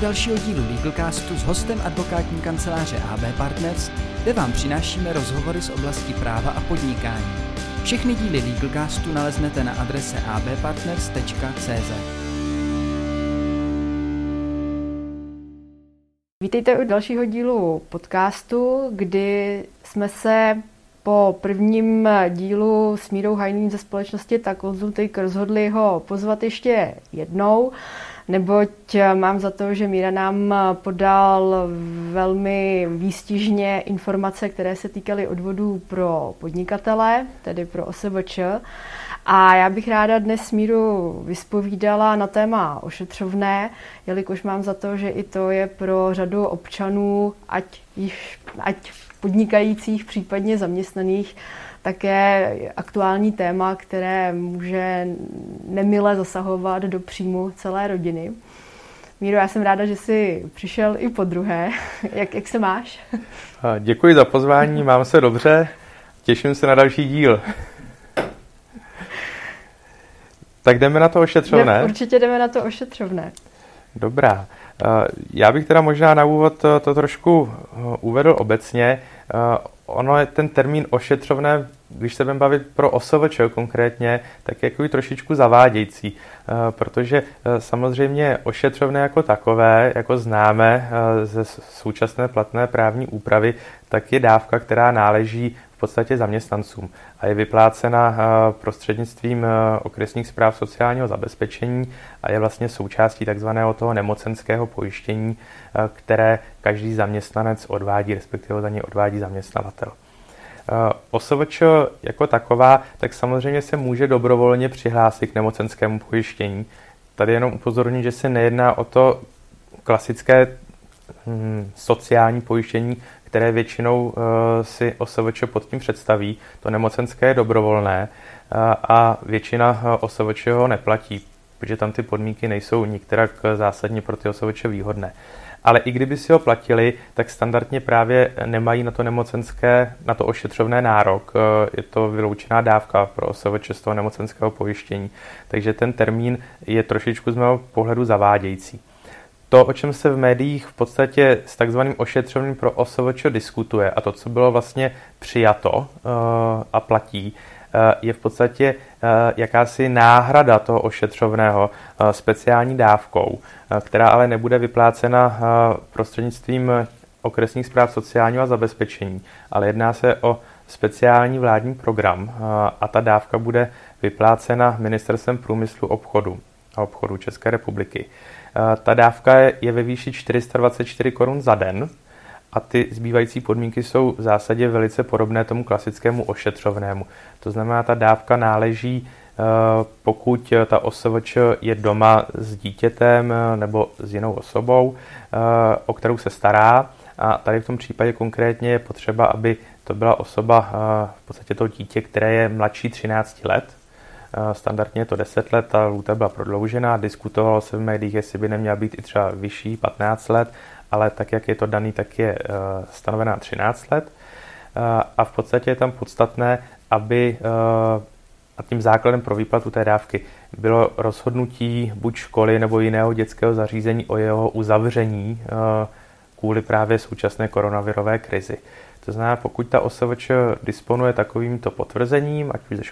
dalšího dílu Legalcastu s hostem advokátní kanceláře AB Partners, kde vám přinášíme rozhovory z oblasti práva a podnikání. Všechny díly Legalcastu naleznete na adrese abpartners.cz. Vítejte u dalšího dílu podcastu, kdy jsme po prvním dílu s Mírou Hajným ze společnosti Ta Consulting rozhodli ho pozvat ještě jednou, neboť mám za to, že Míra nám podal velmi výstižně informace, které se týkaly odvodů pro podnikatele, tedy pro OSVČ. A já bych ráda dnes Míru vyspovídala na téma ošetřovné, jelikož mám za to, že i to je pro řadu občanů, ať podnikajících, případně zaměstnaných, také aktuální téma, které může nemile zasahovat do příjmu celé rodiny. Míro, já jsem ráda, že jsi přišel i podruhé. Jak se máš? Děkuji za pozvání, mám se dobře, těším se na další díl. Tak jdeme na to ošetřovné? Určitě jdeme na to ošetřovné. Dobrá. Já bych teda možná na úvod to trošku uvedl obecně. Ono je ten termín ošetřovné, když se budeme bavit pro OSVČ konkrétně, tak je jako trošičku zavádějící, protože samozřejmě ošetřovné jako takové, jako známe ze současné platné právní úpravy, tak je dávka, která náleží v podstatě zaměstnancům a je vyplácena prostřednictvím okresních správ sociálního zabezpečení a je vlastně součástí takzvaného toho nemocenského pojištění, které každý zaměstnanec odvádí, respektive za ně odvádí zaměstnavatel. OSVČ jako taková, tak samozřejmě se může dobrovolně přihlásit k nemocenskému pojištění. Tady jenom upozorňuji, že se nejedná o to klasické sociální pojištění, které většinou si OSVČ pod tím představí. To nemocenské je dobrovolné a většina OSVČ ho neplatí, protože tam ty podmínky nejsou nikterak zásadně pro ty OSVČ výhodné. Ale i kdyby si ho platili, tak standardně právě nemají na to nemocenské, na to ošetřovné nárok. Je to vyloučená dávka pro OSVČ z toho nemocenského pojištění. Takže ten termín je trošičku z mého pohledu zavádějící. To, o čem se v médiích v podstatě s takzvaným ošetřovným pro OSVČ diskutuje a to, co bylo vlastně přijato a platí, je v podstatě jakási náhrada toho ošetřovného speciální dávkou, která ale nebude vyplácena prostřednictvím okresních správ sociálního zabezpečení, ale jedná se o speciální vládní program a ta dávka bude vyplácena Ministerstvem průmyslu a obchodu České republiky. Ta dávka je ve výši 424 korun za den a ty zbývající podmínky jsou v zásadě velice podobné tomu klasickému ošetřovnému. To znamená, ta dávka náleží, pokud ta OSVČ je doma s dítětem nebo s jinou osobou, o kterou se stará. A tady v tom případě konkrétně je potřeba, aby to byla osoba, v podstatě to dítě, které je mladší 13 let. Standardně je to 10 let, ta lhůta byla prodloužená, diskutovalo se v médiích, jestli by neměla být i třeba vyšší, 15 let, ale tak, jak je to daný, tak je stanovená 13 let. A v podstatě je tam podstatné, aby a tím základem pro výplatu té dávky bylo rozhodnutí buď školy nebo jiného dětského zařízení o jeho uzavření kvůli právě současné koronavirové krizi. To znamená, pokud ta OSVČ disponuje takovýmto potvrzením, ať už ze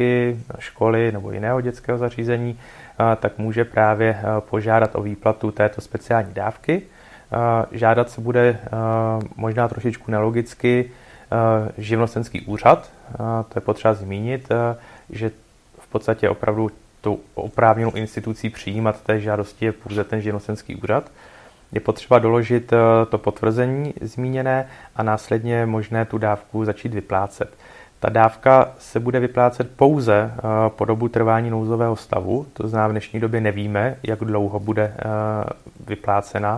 školy nebo jiného dětského zařízení, tak může právě požádat o výplatu této speciální dávky. Žádat se bude možná trošičku nelogicky živnostenský úřad. To je potřeba zmínit, že v podstatě opravdu tou oprávněnou institucí přijímat té žádosti je pouze ten živnostenský úřad. Je potřeba doložit to potvrzení zmíněné a následně je možné tu dávku začít vyplácet. Ta dávka se bude vyplácet pouze po dobu trvání nouzového stavu, to znamená v dnešní době nevíme, jak dlouho bude vyplácena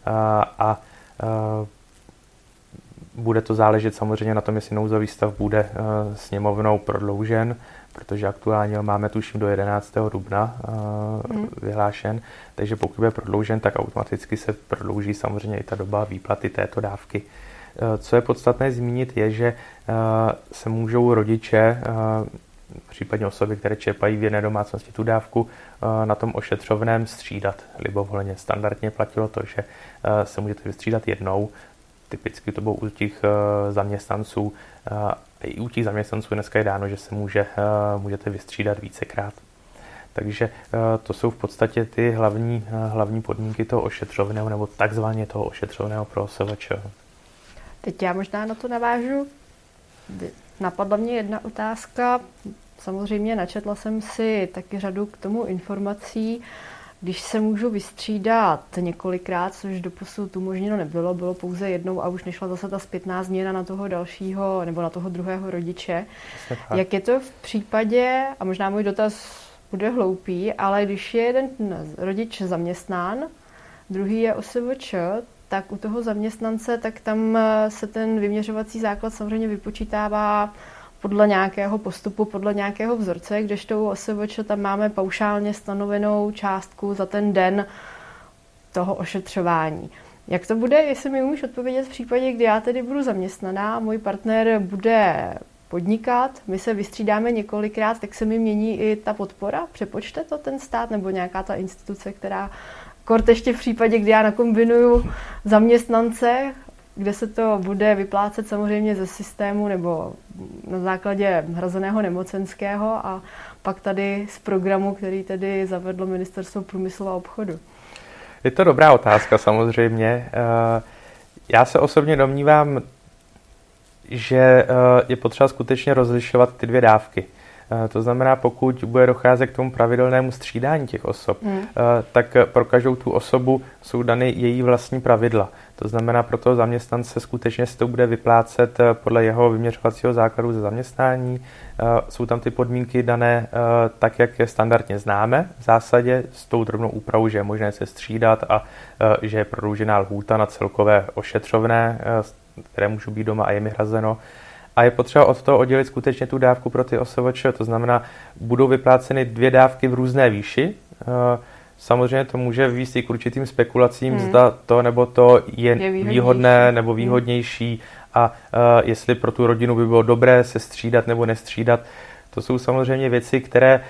a bude to záležet samozřejmě na tom, jestli nouzový stav bude sněmovnou prodloužen, protože aktuálně máme tuším do 11. dubna vyhlášen, takže pokud bude prodloužen, tak automaticky se prodlouží samozřejmě i ta doba výplaty této dávky. Co je podstatné zmínit je, že se můžou rodiče případně osoby, které čerpají v jedné domácnosti tu dávku, na tom ošetřovném střídat libovolně. Standardně platilo to, že se můžete vystřídat jednou, typicky to bylo u těch zaměstnanců. I u těch zaměstnanců dneska je dáno, že se můžete vystřídat vícekrát. Takže to jsou v podstatě ty hlavní podmínky toho ošetřovného nebo takzvaně toho ošetřovného pro OSVČ. Teď já možná na to navážu. Napadla mě jedna otázka. Samozřejmě načetla jsem si taky řadu k tomu informací. Když se můžu vystřídat několikrát, což doposud umožněno nebylo, bylo pouze jednou a už nešla zase ta zpětná změna na toho dalšího nebo na toho druhého rodiče. Jak je to v případě, a možná můj dotaz bude hloupý, ale když je jeden rodič zaměstnán, druhý je OSVČ, tak u toho zaměstnance, tak tam se ten vyměřovací základ samozřejmě vypočítává podle nějakého postupu, podle nějakého vzorce, kdežto u OSVČ tam máme paušálně stanovenou částku za ten den toho ošetřování. Jak to bude, jestli mi můžeš odpovědět v případě, kdy já tedy budu zaměstnaná, můj partner bude podnikat, my se vystřídáme několikrát, tak se mi mění i ta podpora? Přepočte to ten stát nebo nějaká ta instituce, která kort ještě v případě, kdy já nakombinuju zaměstnance, kde se to bude vyplácet samozřejmě ze systému nebo na základě hrazeného nemocenského a pak tady z programu, který tedy zavedlo Ministerstvo průmyslu a obchodu. Je to dobrá otázka samozřejmě. Já se osobně domnívám, že je potřeba skutečně rozlišovat ty dvě dávky. To znamená, pokud bude docházet k tomu pravidelnému střídání těch osob, tak pro každou tu osobu jsou dany její vlastní pravidla. To znamená, pro toho zaměstnance skutečně se to bude vyplácet podle jeho vyměřovacího základu ze zaměstnání. Jsou tam ty podmínky dané tak, jak je standardně známe v zásadě, s tou drobnou úpravou, že je možné se střídat a že je prodloužená lhůta na celkové ošetřovné, které můžou být doma a je mi hrazeno. A je potřeba od toho oddělit skutečně tu dávku pro ty OSVČ, to znamená, budou vypláceny dvě dávky v různé výši. Samozřejmě to může vést i k určitým spekulacím, zda to nebo to je výhodné nebo výhodnější a jestli pro tu rodinu by bylo dobré se střídat nebo nestřídat. To jsou samozřejmě věci, které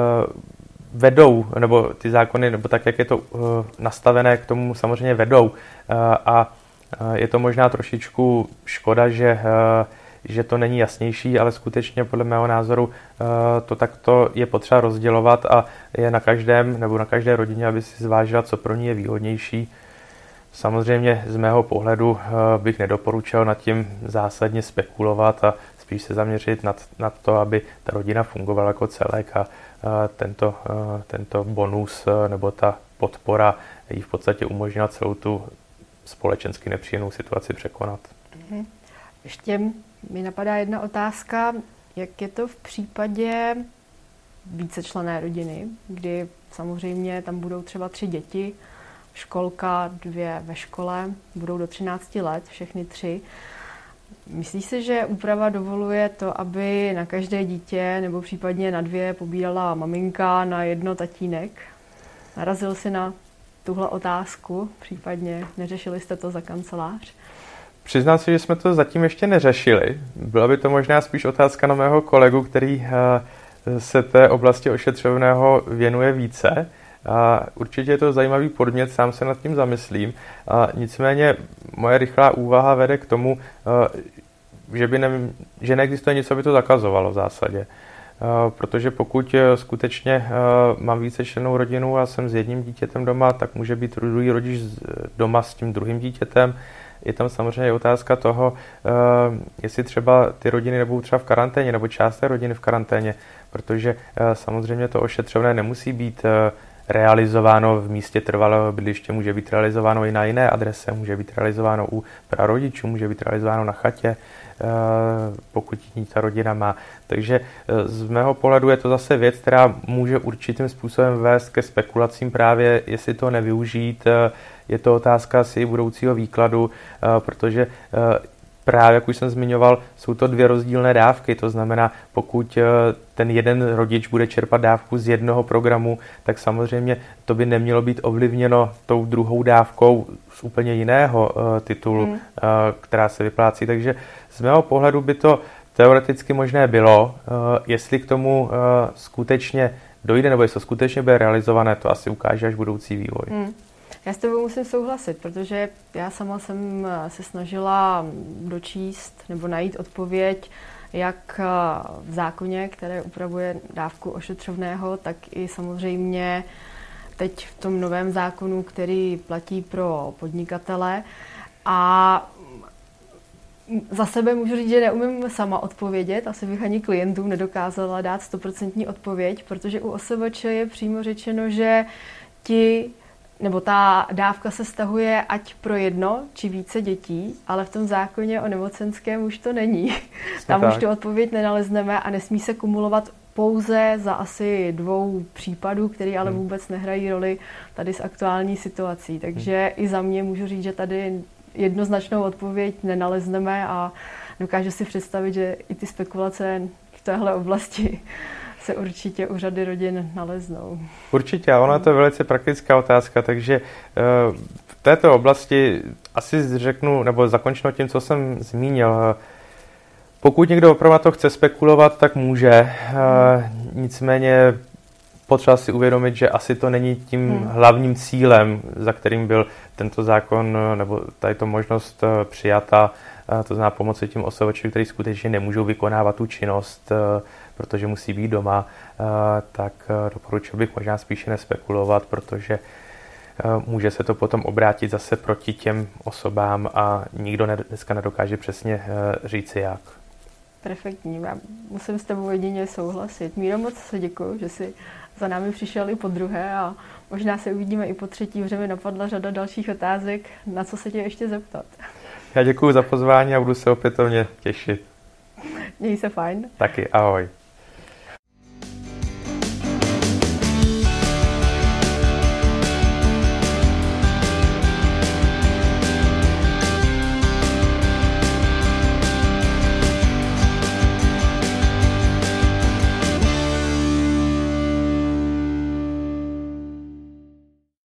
vedou, nebo ty zákony, nebo tak, jak je to nastavené, k tomu samozřejmě vedou. A je to možná trošičku škoda, že to není jasnější, ale skutečně podle mého názoru to takto je potřeba rozdělovat a je na každém nebo na každé rodině, aby si zvážila, co pro ní je výhodnější. Samozřejmě z mého pohledu bych nedoporučil nad tím zásadně spekulovat a spíš se zaměřit na to, aby ta rodina fungovala jako celek a tento bonus nebo ta podpora jí v podstatě umožnila celou tu společensky nepříjemnou situaci překonat. Ještě mi napadá jedna otázka, jak je to v případě vícečlenné rodiny, kdy samozřejmě tam budou třeba 3 děti, školka, 2 ve škole, budou do 13 let, všechny 3. Myslíš si, že úprava dovoluje to, aby na každé dítě nebo případně na 2 pobírala maminka, na 1 tatínek? Narazil jsi na tuhle otázku, případně neřešili jste to za kancelář? Přiznám se, že jsme to zatím ještě neřešili. Byla by to možná spíš otázka na mého kolegu, který se té oblasti ošetřovného věnuje více. Určitě je to zajímavý podmět, sám se nad tím zamyslím. Nicméně moje rychlá úvaha vede k tomu, že neexistuje nic, co by to zakazovalo v zásadě. Protože pokud skutečně mám vícečlennou rodinu a jsem s jedním dítětem doma, tak může být druhý rodič doma s tím druhým dítětem. Je tam samozřejmě otázka toho, jestli třeba ty rodiny nebudou třeba v karanténě, nebo část té rodiny v karanténě, protože samozřejmě to ošetřovné nemusí být realizováno v místě trvalého bydliště, může být realizováno i na jiné adrese, může být realizováno u prarodičů, může být realizováno na chatě, pokud ji ta rodina má. Takže z mého pohledu je to zase věc, která může určitým způsobem vést ke spekulacím právě, jestli to nevyužít. Je to otázka asi budoucího výkladu, protože právě, jak už jsem zmiňoval, jsou to 2 rozdílné dávky, to znamená, pokud ten jeden rodič bude čerpat dávku z jednoho programu, tak samozřejmě to by nemělo být ovlivněno tou druhou dávkou z úplně jiného titulu, která se vyplácí. Takže z mého pohledu by to teoreticky možné bylo. Jestli k tomu skutečně dojde, nebo jestli to skutečně bude realizované, to asi ukáže až budoucí vývoj. Já s tebou musím souhlasit, protože já sama jsem se snažila dočíst nebo najít odpověď jak v zákoně, které upravuje dávku ošetřovného, tak i samozřejmě teď v tom novém zákonu, který platí pro podnikatele. A za sebe můžu říct, že neumím sama odpovědět, asi bych ani klientům nedokázala dát 100% odpověď, protože u OSVČ je přímo řečeno, že ta dávka se stahuje ať pro jedno či více dětí, ale v tom zákoně o nemocenském už to není. Tam už tu odpověď nenalezneme a nesmí se kumulovat pouze za asi 2 případů, které ale vůbec nehrají roli tady s aktuální situací. Takže i za mě můžu říct, že tady jednoznačnou odpověď nenalezneme a dokážu si představit, že i ty spekulace v téhle oblasti se určitě u řady rodin naleznou. Určitě, a ona je to velice praktická otázka, takže v této oblasti asi řeknu, nebo zakončím tím, co jsem zmínil. Pokud někdo opravdu na to chce spekulovat, tak může. Nicméně potřeba si uvědomit, že asi to není tím hlavním cílem, za kterým byl tento zákon nebo tady to možnost přijata, to znamená pomoci těm OSVČ, kteří skutečně nemůžou vykonávat tu činnost, protože musí být doma, tak doporučil bych možná spíše nespekulovat, protože může se to potom obrátit zase proti těm osobám a nikdo dneska nedokáže přesně říci jak. Perfektní, já musím s tebou jedině souhlasit. Míro, moc se děkuju, že jsi za námi přišel i po druhé a možná se uvidíme i po třetí, protože mi napadla řada dalších otázek, na co se tě ještě zeptat. Já děkuju za pozvání a budu se opětovně těšit. Měj se fajn. Taky, ahoj.